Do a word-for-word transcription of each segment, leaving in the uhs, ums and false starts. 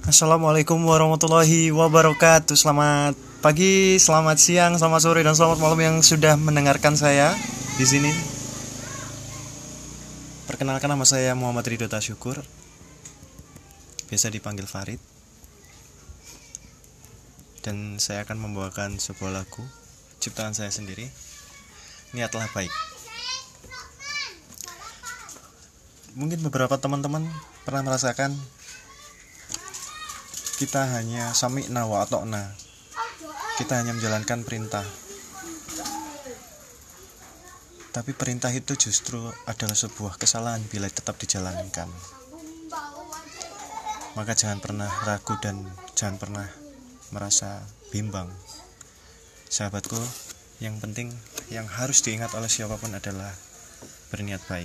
Assalamualaikum warahmatullahi wabarakatuh. Selamat pagi, selamat siang, selamat sore, dan selamat malam yang sudah mendengarkan saya di sini. Perkenalkan, nama saya Muhammad Ridho Tasyukur, biasa dipanggil Farid. Dan saya akan membawakan sebuah lagu ciptaan saya sendiri, Niatlah Baik. Mungkin beberapa teman-teman pernah merasakan kita hanya sami'na wa ata'na, kita hanya menjalankan perintah. Tapi perintah itu justru adalah sebuah kesalahan bila tetap dijalankan. Maka jangan pernah ragu dan jangan pernah merasa bimbang. Sahabatku, yang penting yang harus diingat oleh siapapun adalah berniat baik.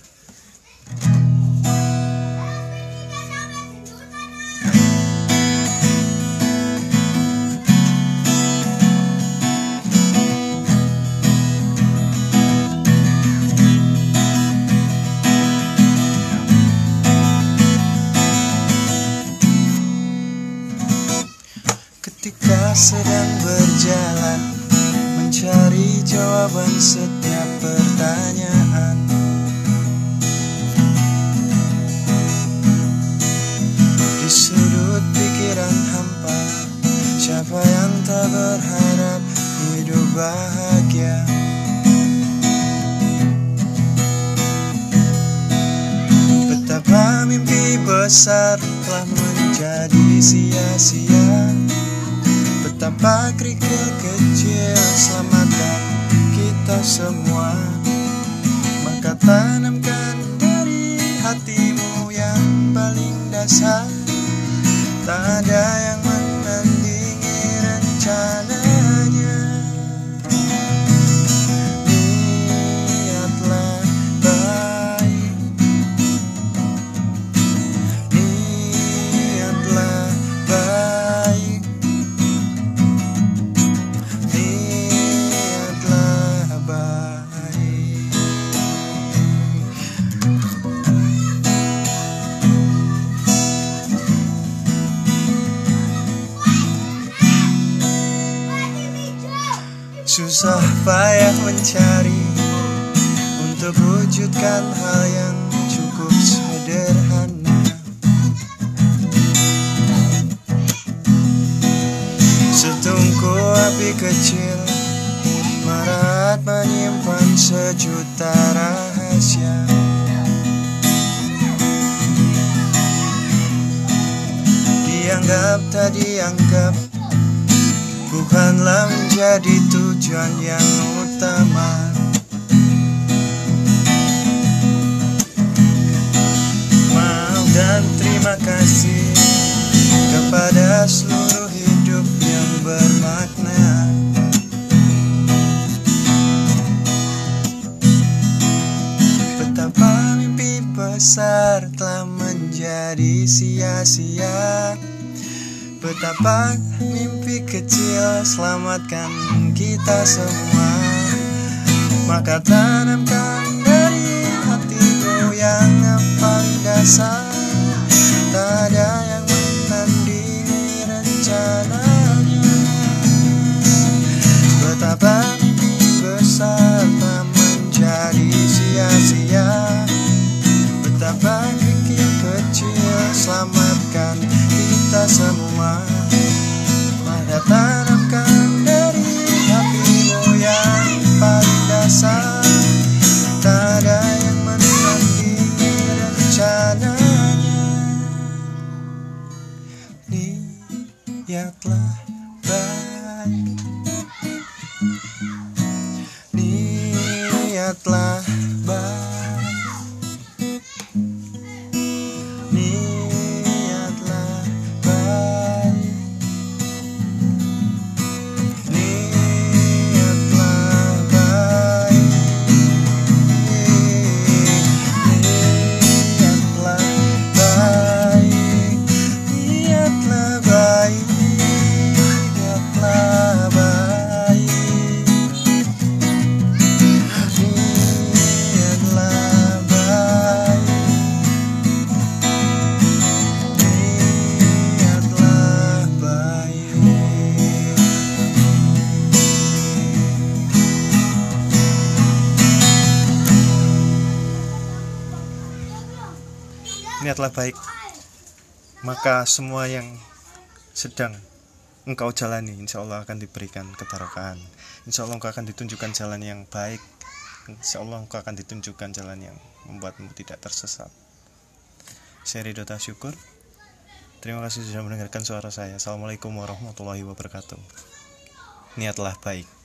Ketika sedang berjalan, mencari jawaban setiap pertanyaan, di sudut pikiran hampa, siapa yang tak berharap hidup bahagia? Betapa mimpi besar telah menjadi sia-sia, betapa kerikil kecil selamatkan kita semua. Maka tanamkan dari hatimu yang paling dasar, tak ada yang menandingi rencananya. Niatlah baik, niatlah baik, susah payah mencari untuk wujudkan hal yang cukup sederhana. Setungku api kecil merat menyimpan sejuta rahasia. Dianggap tak dianggap bukanlah menjadi tujuan yang utama. Maaf dan terima kasih kepada seluruh hidup yang bermakna. Betapa mimpi besar telah menjadi sia-sia, betapa mimpi kecil selamatkan kita semua. Maka tanamkan dari hatimu yang paling dasar, tak ada yang menandingi rencananya. Betapa mimpi besar tak menjadi sia-sia, betapa kerikil kecil selamatkan kita semua. Maka tanamkan dari hatimu yang paling dasar, tak ada yang menandingi rencananya. Niatlah baik, niatlah baik, niatlah baik, niatlah baik, niatlah baik, niatlah baik. niatlah baik, maka semua yang sedang engkau jalani insya Allah akan diberikan keberkahan. Insya Allah engkau akan ditunjukkan jalan yang baik. Insya Allah engkau akan ditunjukkan jalan yang membuatmu tidak tersesat. Saya Ridho Syukur. Terima kasih sudah mendengarkan suara saya. Assalamualaikum warahmatullahi wabarakatuh. Niatlah baik.